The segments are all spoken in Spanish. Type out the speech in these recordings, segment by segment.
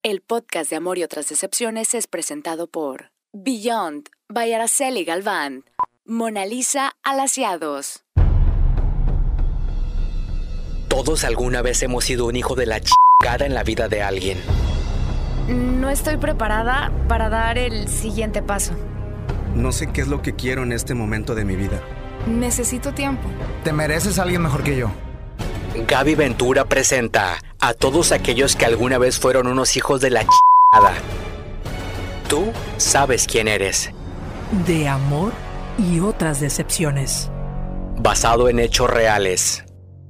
El podcast de Amor y otras decepciones es presentado por Beyond, by Araceli Galván, Mona Lisa Alaciados. Todos alguna vez hemos sido un hijo de la chingada en la vida de alguien. No estoy preparada para dar el siguiente paso. No sé qué es lo que quiero en este momento de mi vida. Necesito tiempo. Te mereces a alguien mejor que yo. Gaby Ventura presenta a todos aquellos que alguna vez fueron unos hijos de la chingada. Tú sabes quién eres. De amor y otras decepciones. Basado en hechos reales.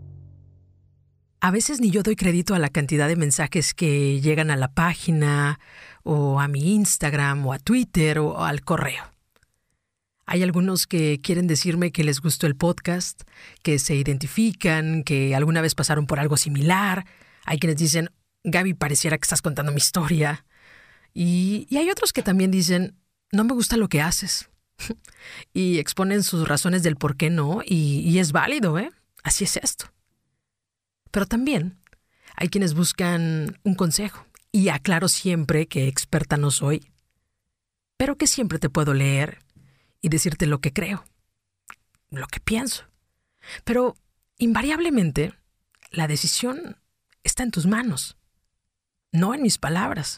A veces ni yo doy crédito a la cantidad de mensajes que llegan a la página, o a mi Instagram, o a Twitter, o al correo. Hay algunos que quieren decirme que les gustó el podcast, que se identifican, que alguna vez pasaron por algo similar. Hay quienes dicen, Gaby, pareciera que estás contando mi historia. Y hay otros que también dicen, no me gusta lo que haces. Y exponen sus razones del por qué no, y es válido, ¿eh? Así es esto. Pero también hay quienes buscan un consejo. Y aclaro siempre que experta no soy, pero que siempre te puedo leer y decirte lo que creo, lo que pienso. Pero invariablemente la decisión está en tus manos, no en mis palabras.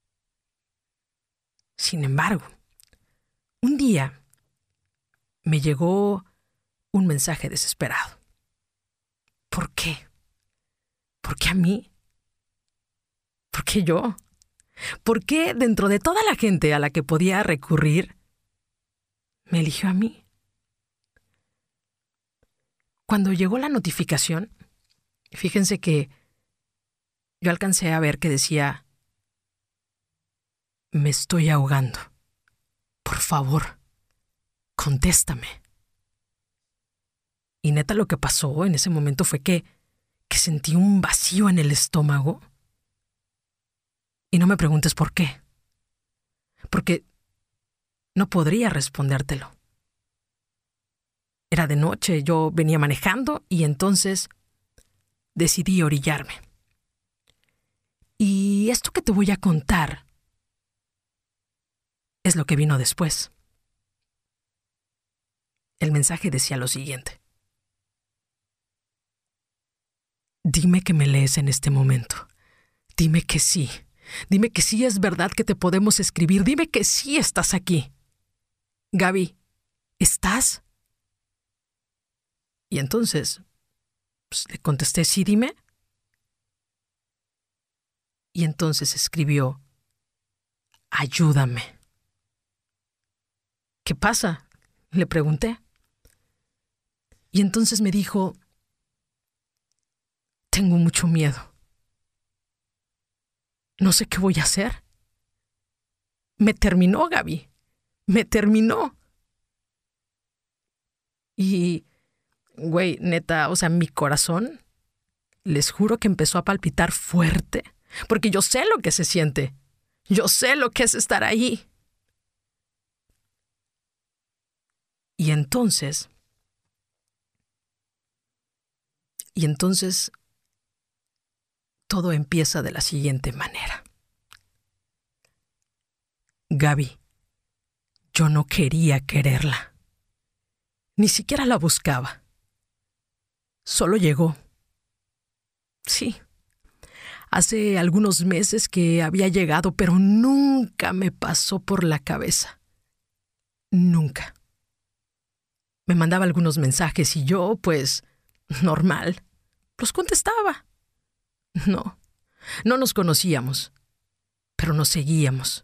Sin embargo, un día me llegó un mensaje desesperado. ¿Por qué? ¿Por qué a mí? ¿Por qué yo? ¿Por qué dentro de toda la gente a la que podía recurrir, me eligió a mí? Cuando llegó la notificación, fíjense que yo alcancé a ver que decía, me estoy ahogando. Por favor, contéstame. Y neta lo que pasó en ese momento fue que sentí un vacío en el estómago. Y no me preguntes por qué. Porque no podría respondértelo. Era de noche, yo venía manejando y entonces decidí orillarme. Y esto que te voy a contar es lo que vino después. El mensaje decía lo siguiente. Dime que me lees en este momento. Dime que sí. Dime que sí es verdad que te podemos escribir. Dime que sí estás aquí. Gaby, ¿estás? Y entonces, le contesté, sí, dime. Y entonces escribió, ayúdame. ¿Qué pasa? Le pregunté. Y entonces me dijo, tengo mucho miedo. No sé qué voy a hacer. Me terminó, Gaby. Me terminó. Y, güey, neta, o sea, mi corazón, les juro que empezó a palpitar fuerte. Porque yo sé lo que se siente. Yo sé lo que es estar ahí. Y entonces, todo empieza de la siguiente manera. Gaby, yo no quería quererla. Ni siquiera la buscaba. Solo llegó. Sí. Hace algunos meses que había llegado, pero nunca me pasó por la cabeza. Nunca. Me mandaba algunos mensajes y yo, pues, normal, los contestaba. No nos conocíamos, pero nos seguíamos.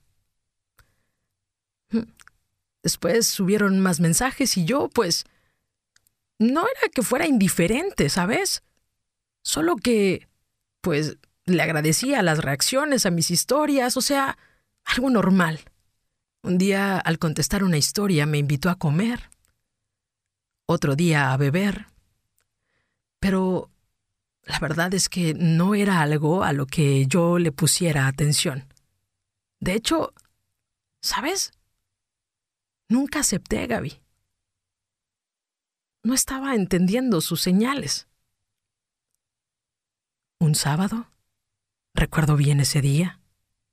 Después subieron más mensajes y yo, pues, no era que fuera indiferente, ¿sabes? Solo que, pues, le agradecía las reacciones a mis historias, o sea, algo normal. Un día, al contestar una historia, me invitó a comer. Otro día a beber. Pero la verdad es que no era algo a lo que yo le pusiera atención. De hecho, ¿sabes? Nunca acepté a Gaby. No estaba entendiendo sus señales. Un sábado, recuerdo bien ese día,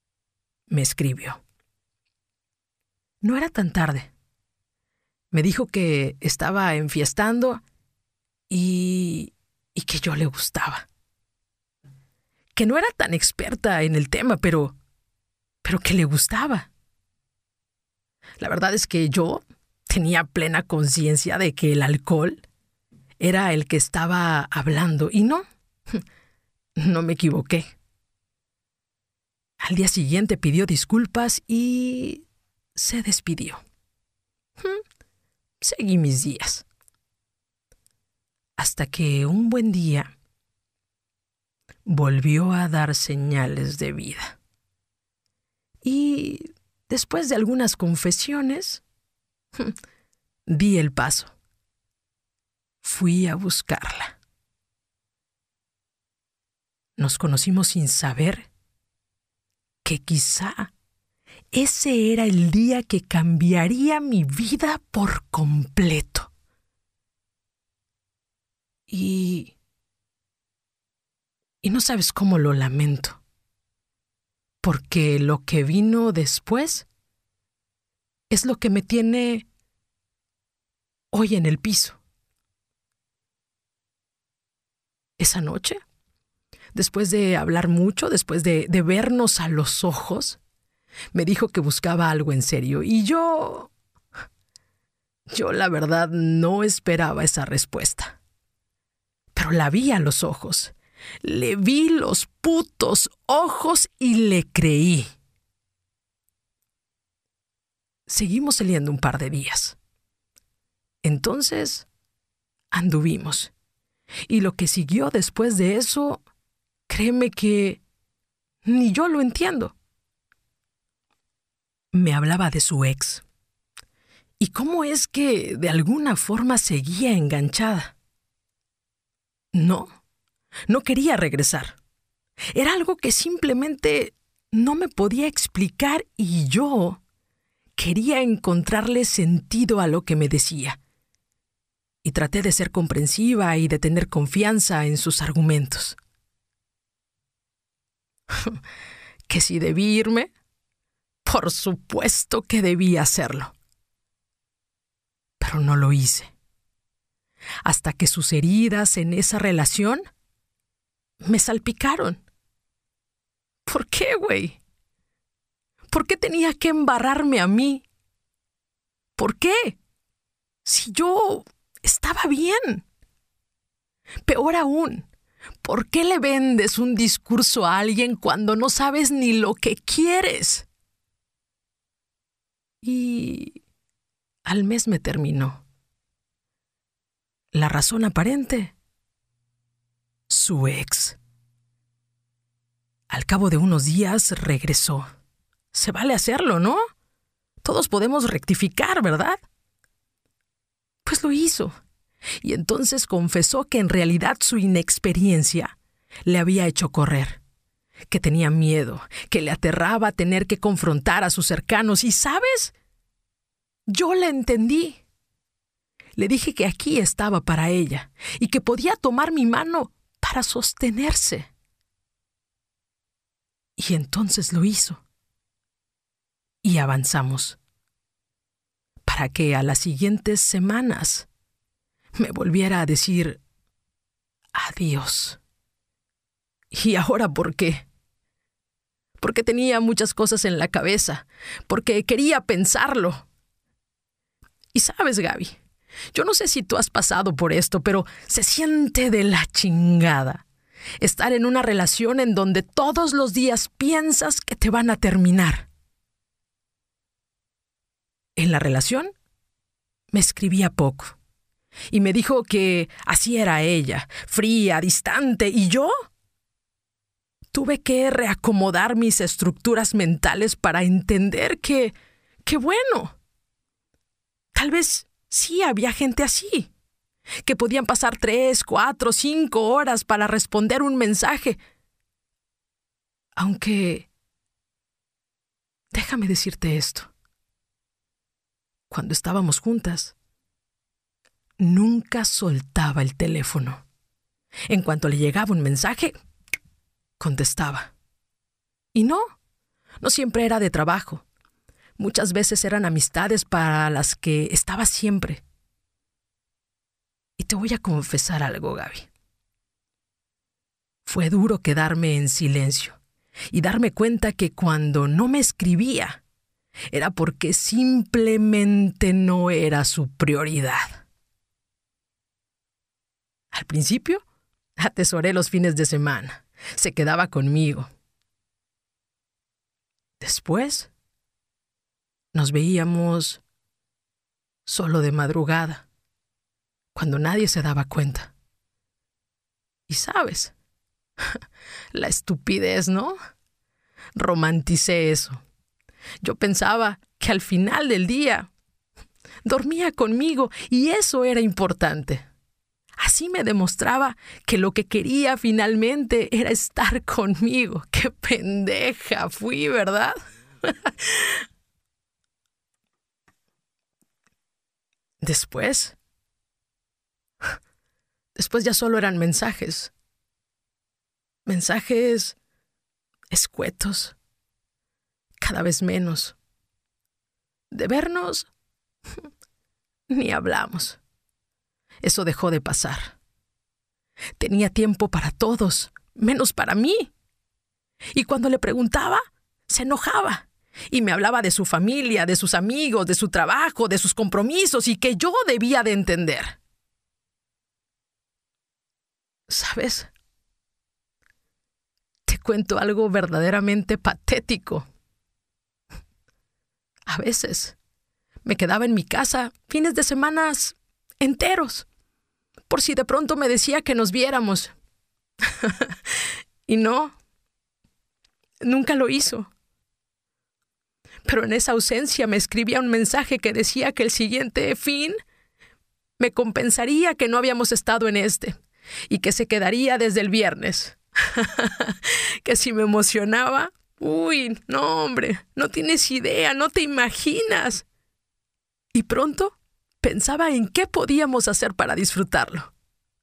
me escribió. No era tan tarde. Me dijo que estaba enfiestando y que yo le gustaba. Que no era tan experta en el tema, pero que le gustaba. La verdad es que yo tenía plena conciencia de que el alcohol era el que estaba hablando y no me equivoqué. Al día siguiente pidió disculpas y se despidió. Seguí mis días. Hasta que un buen día volvió a dar señales de vida. Y después de algunas confesiones, di el paso. Fui a buscarla. Nos conocimos sin saber que quizá ese era el día que cambiaría mi vida por completo. Y no sabes cómo lo lamento, porque lo que vino después es lo que me tiene hoy en el piso. Esa noche, después de hablar mucho, después de vernos a los ojos, me dijo que buscaba algo en serio y yo la verdad no esperaba esa respuesta. Pero la vi a los ojos, le vi los putos ojos y le creí. Seguimos saliendo un par de días. Entonces, anduvimos. Y lo que siguió después de eso, créeme que ni yo lo entiendo. Me hablaba de su ex. Y cómo es que de alguna forma seguía enganchada. No quería regresar. Era algo que simplemente no me podía explicar y yo quería encontrarle sentido a lo que me decía. Y traté de ser comprensiva y de tener confianza en sus argumentos. ¿Que si debí irme? Por supuesto que debí hacerlo. Pero no lo hice. Hasta que sus heridas en esa relación me salpicaron. ¿Por qué, güey? ¿Por qué tenía que embarrarme a mí? ¿Por qué? Si yo estaba bien. Peor aún, ¿por qué le vendes un discurso a alguien cuando no sabes ni lo que quieres? Y al mes me terminó. La razón aparente: su ex. Al cabo de unos días regresó. Se vale hacerlo, ¿no? Todos podemos rectificar, ¿verdad? Pues lo hizo. Y entonces confesó que en realidad su inexperiencia le había hecho correr, que tenía miedo, que le aterraba tener que confrontar a sus cercanos. ¿Y sabes? Yo la entendí. Le dije que aquí estaba para ella y que podía tomar mi mano para sostenerse. Y entonces lo hizo. Y avanzamos. Para que a las siguientes semanas me volviera a decir adiós. ¿Y ahora por qué? Porque tenía muchas cosas en la cabeza, porque quería pensarlo. Y sabes, Gaby, yo no sé si tú has pasado por esto, pero se siente de la chingada estar en una relación en donde todos los días piensas que te van a terminar. En la relación me escribía poco y me dijo que así era ella, fría, distante, y yo tuve que reacomodar mis estructuras mentales para entender que bueno, tal vez sí había gente así, que podían pasar 3, 4, 5 horas para responder un mensaje. Aunque, déjame decirte esto. Cuando estábamos juntas, nunca soltaba el teléfono. En cuanto le llegaba un mensaje, contestaba. Y no No siempre era de trabajo. Muchas veces eran amistades para las que estaba siempre. Y te voy a confesar algo, Gaby. Fue duro quedarme en silencio y darme cuenta que cuando no me escribía era porque simplemente no era su prioridad. Al principio, atesoré los fines de semana. Se quedaba conmigo. Después, nos veíamos solo de madrugada, cuando nadie se daba cuenta. Y sabes, la estupidez, ¿no? Romanticé eso. Yo pensaba que al final del día dormía conmigo y eso era importante. Así me demostraba que lo que quería finalmente era estar conmigo. ¡Qué pendeja fui!, ¿verdad? Después ya solo eran mensajes. Mensajes escuetos. Cada vez menos. De vernos, ni hablamos. Eso dejó de pasar. Tenía tiempo para todos, menos para mí. Y cuando le preguntaba, se enojaba. Y me hablaba de su familia, de sus amigos, de su trabajo, de sus compromisos y que yo debía de entender. ¿Sabes? Te cuento algo verdaderamente patético. A veces me quedaba en mi casa fines de semanas enteros, por si de pronto me decía que nos viéramos. Y no, nunca lo hizo. Pero en esa ausencia me escribía un mensaje que decía que el siguiente fin me compensaría que no habíamos estado en este y que se quedaría desde el viernes. Que si me emocionaba, uy, no hombre, no tienes idea, no te imaginas. Y pronto pensaba en qué podíamos hacer para disfrutarlo.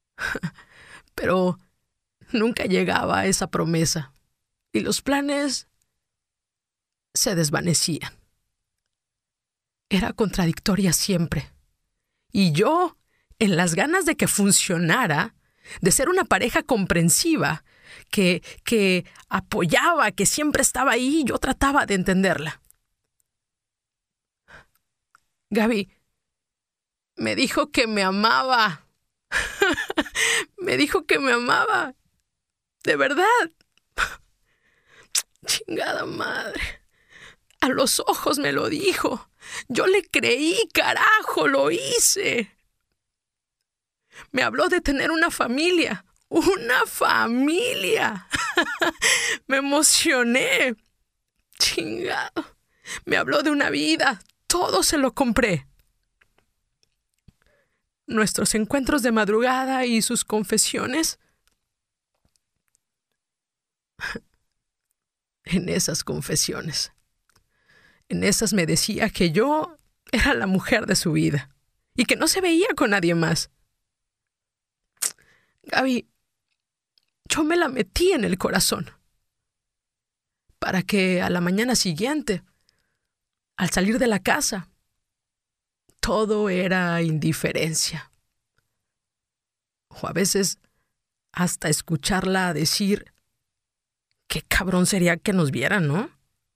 Pero nunca llegaba a esa promesa y los planes se desvanecían. Era contradictoria siempre. Y yo, en las ganas de que funcionara, de ser una pareja comprensiva, que apoyaba, que siempre estaba ahí, yo trataba de entenderla. Gaby me dijo que me amaba. Me dijo que me amaba. De verdad. Chingada madre. A los ojos me lo dijo. Yo le creí, carajo, lo hice. Me habló de tener una familia. ¡Una familia! Me emocioné. Chingado. Me habló de una vida. Todo se lo compré. Nuestros encuentros de madrugada y sus confesiones. En esas confesiones. En esas me decía que yo era la mujer de su vida y que no se veía con nadie más. Gaby, yo me la metí en el corazón para que a la mañana siguiente, al salir de la casa, todo era indiferencia. O a veces hasta escucharla decir, qué cabrón sería que nos vieran, ¿no?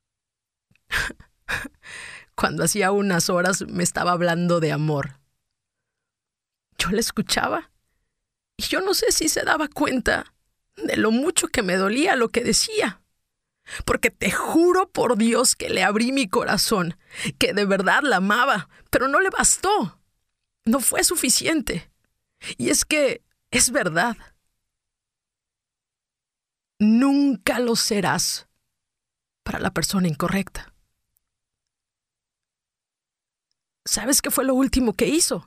Cuando hacía unas horas me estaba hablando de amor. Yo la escuchaba y yo no sé si se daba cuenta de lo mucho que me dolía lo que decía. Porque te juro por Dios que le abrí mi corazón, que de verdad la amaba, pero no le bastó. No fue suficiente. Y es que es verdad. Nunca lo serás para la persona incorrecta. ¿Sabes qué fue lo último que hizo?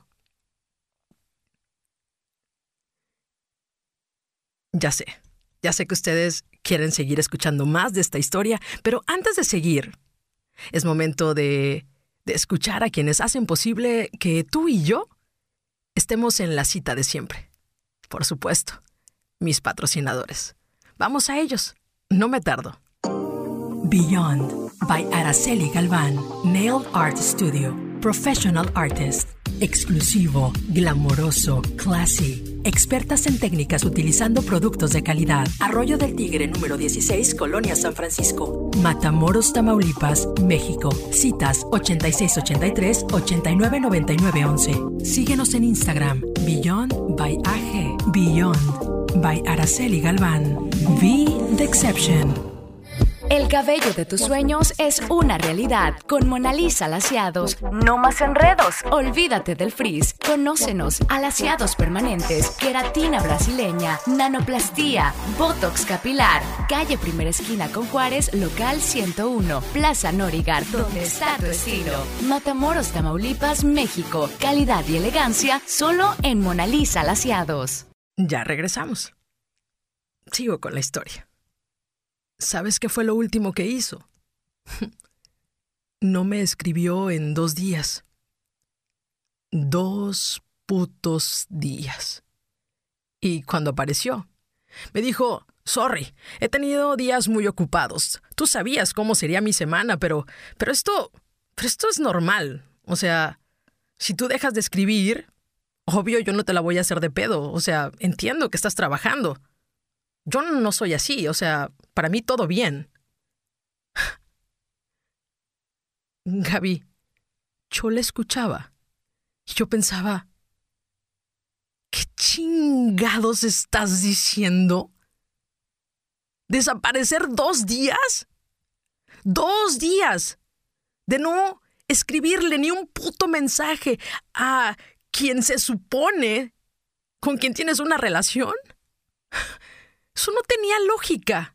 Ya sé que ustedes quieren seguir escuchando más de esta historia, pero antes de seguir, es momento de escuchar a quienes hacen posible que tú y yo estemos en la cita de siempre. Por supuesto, mis patrocinadores. Vamos a ellos, no me tardo. Beyond by Araceli Galván. Nail Art Studio. Professional Artist. Exclusivo, glamoroso, classy. Expertas en técnicas utilizando productos de calidad. Arroyo del Tigre, número 16, Colonia San Francisco. Matamoros, Tamaulipas, México. Citas 8683-899911. Síguenos en Instagram. Beyond by AG. Beyond by Araceli Galván. Be the exception. El cabello de tus sueños es una realidad. Con Monalisa Laciados. No más enredos. Olvídate del frizz. Conócenos. Alaciados permanentes. Queratina brasileña. Nanoplastía. Botox capilar. Calle Primera Esquina con Juárez, local 101. Plaza Norigar, donde está tu estilo. Matamoros, Tamaulipas, México. Calidad y elegancia solo en Monalisa Laciados. Ya regresamos. Sigo con la historia. ¿Sabes qué fue lo último que hizo? No me escribió en 2 días. 2 putos días. Y cuando apareció, me dijo, sorry, he tenido días muy ocupados. Tú sabías cómo sería mi semana, pero esto es normal. O sea, si tú dejas de escribir, obvio yo no te la voy a hacer de pedo. O sea, entiendo que estás trabajando. Yo no soy así, o sea, para mí todo bien. Gaby, yo le escuchaba y yo pensaba, ¿qué chingados estás diciendo? ¿Desaparecer 2 días? 2 días de no escribirle ni un puto mensaje a quien se supone con quien tienes una relación. Eso no tenía lógica.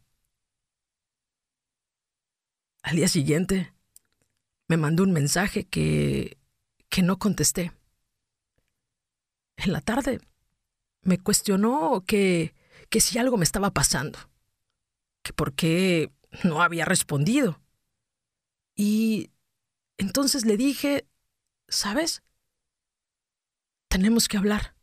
Al día siguiente, me mandó un mensaje que no contesté. En la tarde, me cuestionó que si algo me estaba pasando, que por qué no había respondido. Y entonces le dije, ¿sabes? Tenemos que hablar.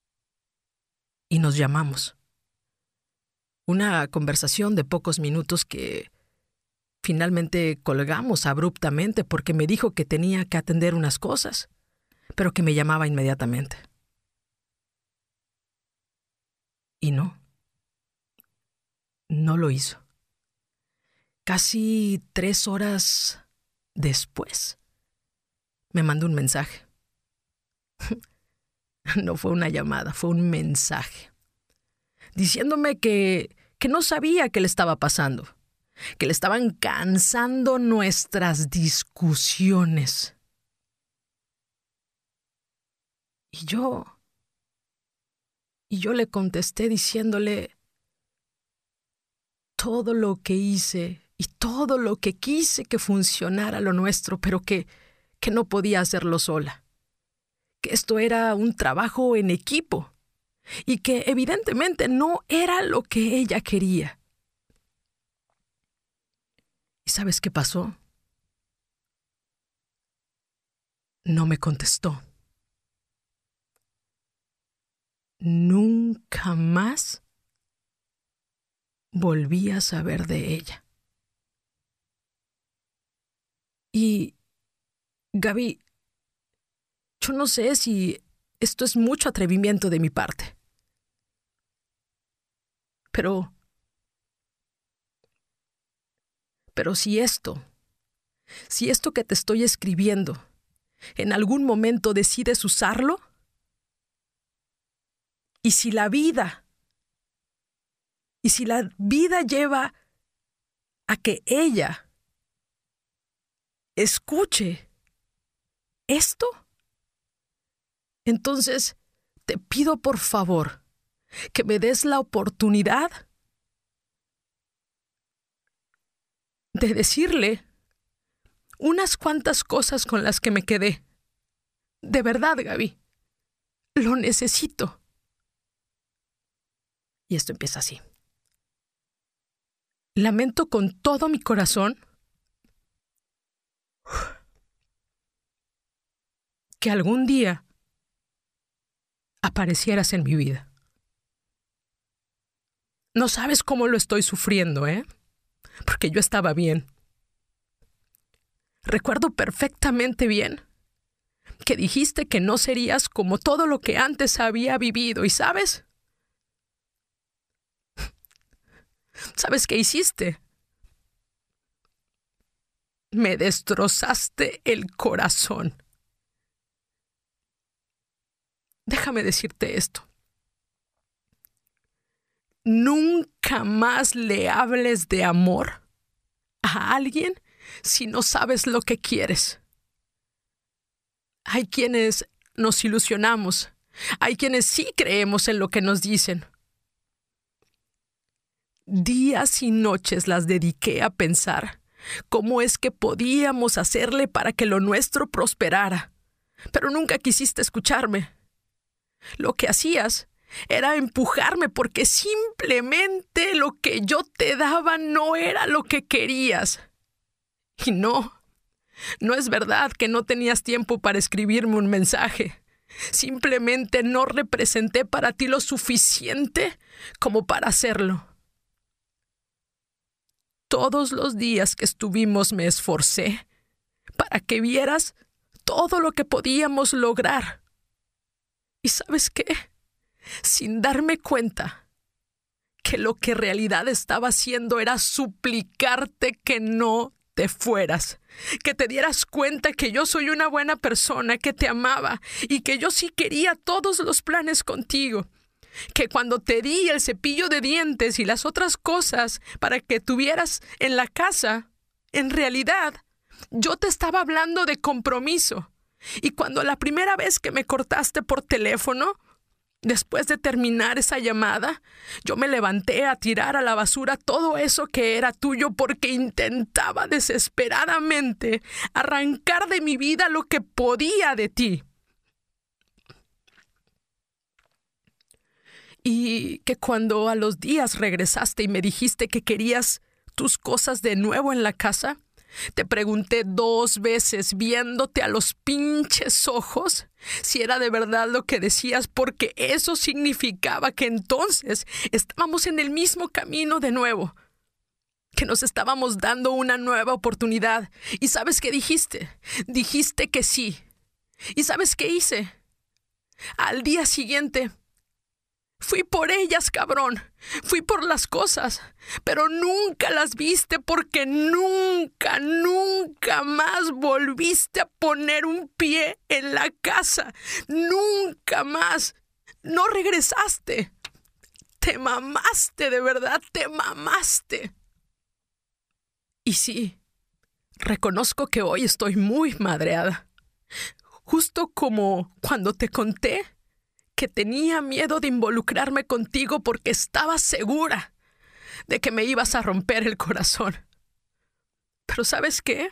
Y nos llamamos. Una conversación de pocos minutos que finalmente colgamos abruptamente porque me dijo que tenía que atender unas cosas, pero que me llamaba inmediatamente. Y no lo hizo. Casi 3 horas después, me mandó un mensaje. No fue una llamada, fue un mensaje. Diciéndome que no sabía qué le estaba pasando, que le estaban cansando nuestras discusiones. Y yo le contesté diciéndole todo lo que hice y todo lo que quise que funcionara lo nuestro, pero que no podía hacerlo sola, que esto era un trabajo en equipo. Y que evidentemente no era lo que ella quería. ¿Y sabes qué pasó? No me contestó. Nunca más volví a saber de ella. Y, Gaby, yo no sé si esto es mucho atrevimiento de mi parte. Pero si esto que te estoy escribiendo, en algún momento decides usarlo, y si la vida lleva a que ella escuche esto, entonces te pido por favor que me des la oportunidad de decirle unas cuantas cosas con las que me quedé. De verdad, Gaby, lo necesito. Y esto empieza así. Lamento con todo mi corazón que algún día aparecieras en mi vida. No sabes cómo lo estoy sufriendo, porque yo estaba bien. Recuerdo perfectamente bien que dijiste que no serías como todo lo que antes había vivido. ¿Y sabes? ¿Sabes qué hiciste? Me destrozaste el corazón. Déjame decirte esto. Nunca más le hables de amor a alguien si no sabes lo que quieres. Hay quienes nos ilusionamos. Hay quienes sí creemos en lo que nos dicen. Días y noches las dediqué a pensar cómo es que podíamos hacerle para que lo nuestro prosperara. Pero nunca quisiste escucharme. Lo que hacías era empujarme porque simplemente lo que yo te daba no era lo que querías. Y no es verdad que no tenías tiempo para escribirme un mensaje. Simplemente no representé para ti lo suficiente como para hacerlo. Todos los días que estuvimos me esforcé para que vieras todo lo que podíamos lograr. ¿Y sabes qué? Sin darme cuenta que lo que en realidad estaba haciendo era suplicarte que no te fueras, que te dieras cuenta que yo soy una buena persona, que te amaba y que yo sí quería todos los planes contigo. Que cuando te di el cepillo de dientes y las otras cosas para que tuvieras en la casa, en realidad, yo te estaba hablando de compromiso. Y cuando la primera vez que me cortaste por teléfono, después de terminar esa llamada, yo me levanté a tirar a la basura todo eso que era tuyo porque intentaba desesperadamente arrancar de mi vida lo que podía de ti. Y que cuando a los días regresaste y me dijiste que querías tus cosas de nuevo en la casa, te pregunté 2 veces viéndote a los pinches ojos si era de verdad lo que decías, porque eso significaba que entonces estábamos en el mismo camino de nuevo, que nos estábamos dando una nueva oportunidad. ¿Y sabes qué dijiste? Dijiste que sí. ¿Y sabes qué hice? Al día siguiente fui por ellas, cabrón. Fui por las cosas, pero nunca las viste porque nunca más volviste a poner un pie en la casa. Nunca más. No regresaste. Te mamaste, de verdad, te mamaste. Y sí, reconozco que hoy estoy muy madreada. Justo como cuando te conté que tenía miedo de involucrarme contigo porque estaba segura de que me ibas a romper el corazón. Pero ¿sabes qué?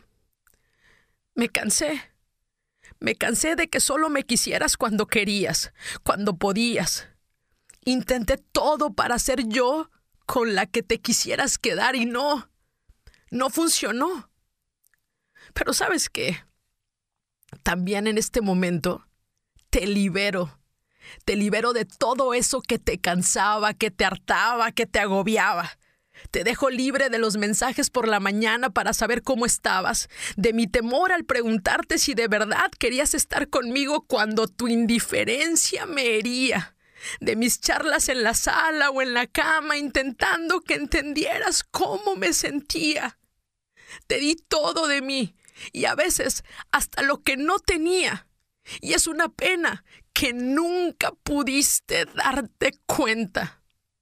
Me cansé. Me cansé de que solo me quisieras cuando querías, cuando podías. Intenté todo para ser yo con la que te quisieras quedar y no funcionó. Pero ¿sabes qué? También en este momento te libero. Te libero de todo eso que te cansaba, que te hartaba, que te agobiaba. Te dejo libre de los mensajes por la mañana para saber cómo estabas, de mi temor al preguntarte si de verdad querías estar conmigo cuando tu indiferencia me hería, de mis charlas en la sala o en la cama intentando que entendieras cómo me sentía. Te di todo de mí y a veces hasta lo que no tenía. Y es una pena que nunca pudiste darte cuenta.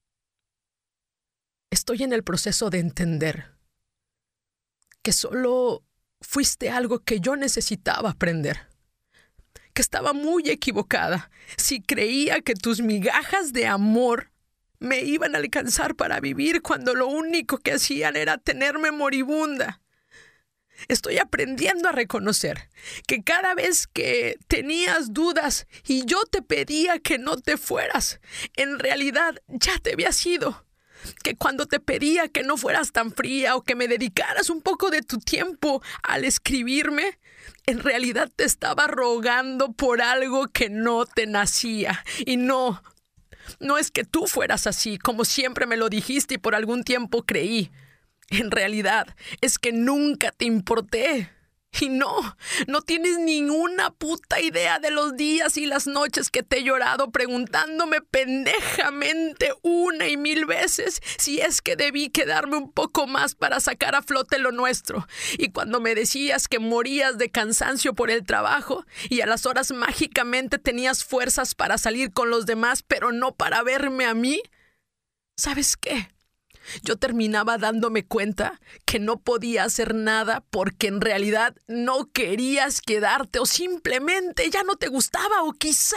Estoy en el proceso de entender que solo fuiste algo que yo necesitaba aprender, que estaba muy equivocada si creía que tus migajas de amor me iban a alcanzar para vivir cuando lo único que hacían era tenerme moribunda. Estoy aprendiendo a reconocer que cada vez que tenías dudas y yo te pedía que no te fueras, en realidad ya te habías ido. Que cuando te pedía que no fueras tan fría o que me dedicaras un poco de tu tiempo al escribirme, en realidad te estaba rogando por algo que no te nacía. Y no es que tú fueras así, como siempre me lo dijiste y por algún tiempo creí. En realidad es que nunca te importé Y no tienes ninguna puta idea de los días y las noches que te he llorado preguntándome pendejamente 1 y 1000 veces si es que debí quedarme un poco más para sacar a flote lo nuestro. Y cuando me decías que morías de cansancio por el trabajo y a las horas mágicamente tenías fuerzas para salir con los demás, pero no para verme a mí, ¿sabes qué? Yo terminaba dándome cuenta que no podía hacer nada porque en realidad no querías quedarte o simplemente ya no te gustaba o quizá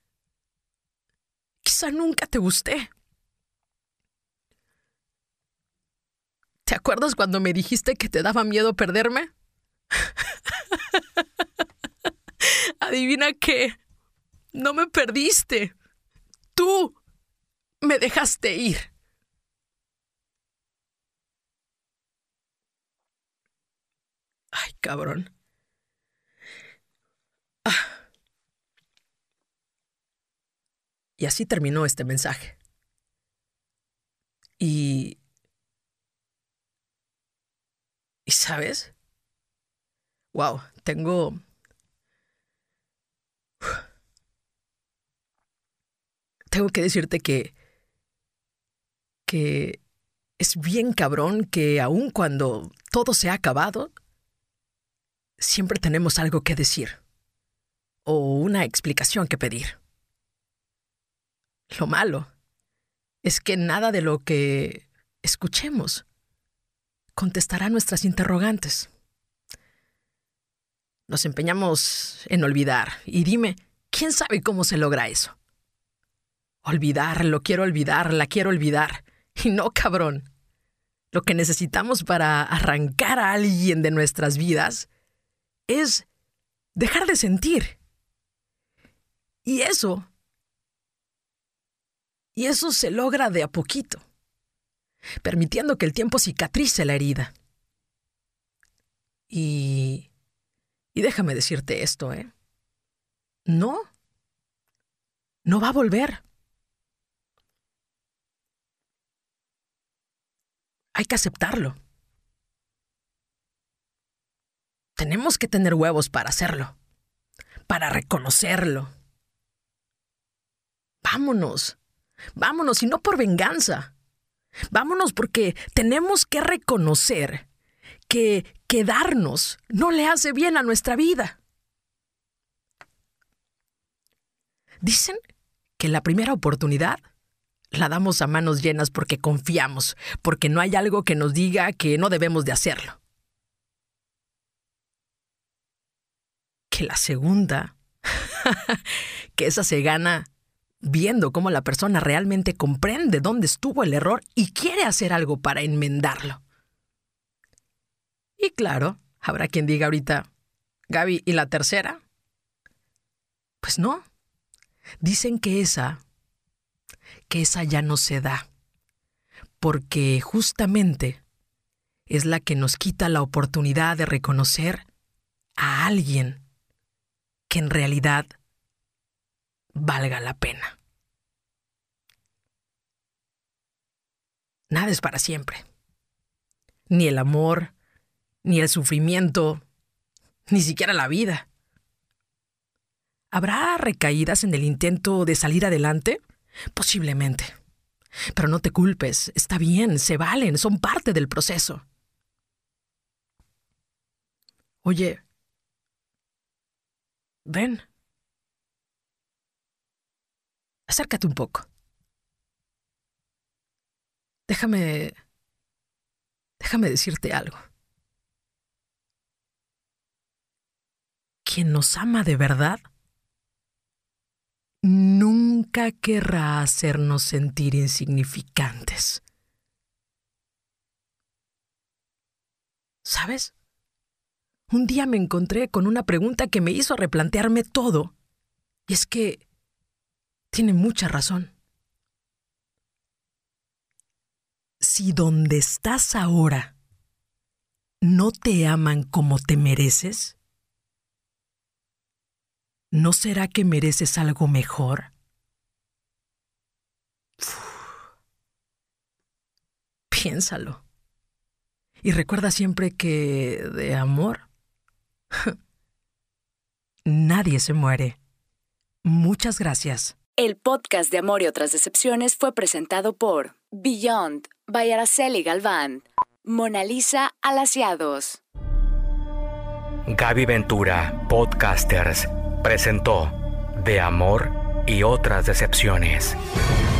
nunca te gusté. ¿Te acuerdas cuando me dijiste que te daba miedo perderme? Adivina qué, no me perdiste. Tú me dejaste ir. Ay, cabrón. Y así terminó este mensaje. Y ¿sabes? Wow, tengo que decirte que es bien cabrón que aun cuando todo se ha acabado, siempre tenemos algo que decir o una explicación que pedir. Lo malo es que nada de lo que escuchemos contestará nuestras interrogantes. Nos empeñamos en olvidar y dime, ¿quién sabe cómo se logra eso? Olvidar, lo quiero olvidar, la quiero olvidar. Y no, cabrón. Lo que necesitamos para arrancar a alguien de nuestras vidas es dejar de sentir. Y eso se logra de a poquito, permitiendo que el tiempo cicatrice la herida. Y déjame decirte esto, No va a volver. Hay que aceptarlo. Tenemos que tener huevos para hacerlo, para reconocerlo. Vámonos y no por venganza. Vámonos porque tenemos que reconocer que quedarnos no le hace bien a nuestra vida. Dicen que la primera oportunidad la damos a manos llenas porque confiamos, porque no hay algo que nos diga que no debemos de hacerlo. Que la segunda, que esa se gana viendo cómo la persona realmente comprende dónde estuvo el error y quiere hacer algo para enmendarlo. Y claro, habrá quien diga ahorita, Gaby, ¿y la tercera? Pues no. Dicen que esa ya no se da, porque justamente es la que nos quita la oportunidad de reconocer a alguien que en realidad valga la pena. Nada es para siempre. Ni el amor, ni el sufrimiento, ni siquiera la vida. ¿Habrá recaídas en el intento de salir adelante? Posiblemente. Pero no te culpes, está bien, se valen, son parte del proceso. Oye, ven. Acércate un poco. Déjame decirte algo. Quien nos ama de verdad nunca querrá hacernos sentir insignificantes. ¿Sabes? Un día me encontré con una pregunta que me hizo replantearme todo. Y es que tiene mucha razón. Si donde estás ahora no te aman como te mereces, ¿no será que mereces algo mejor? Piénsalo. Y recuerda siempre que de amor nadie se muere. Muchas gracias. El podcast de Amor y otras decepciones fue presentado por Beyond by Araceli Galván, Mona Lisa Alaciados. Gaby Ventura, Podcasters, presentó De Amor y otras decepciones.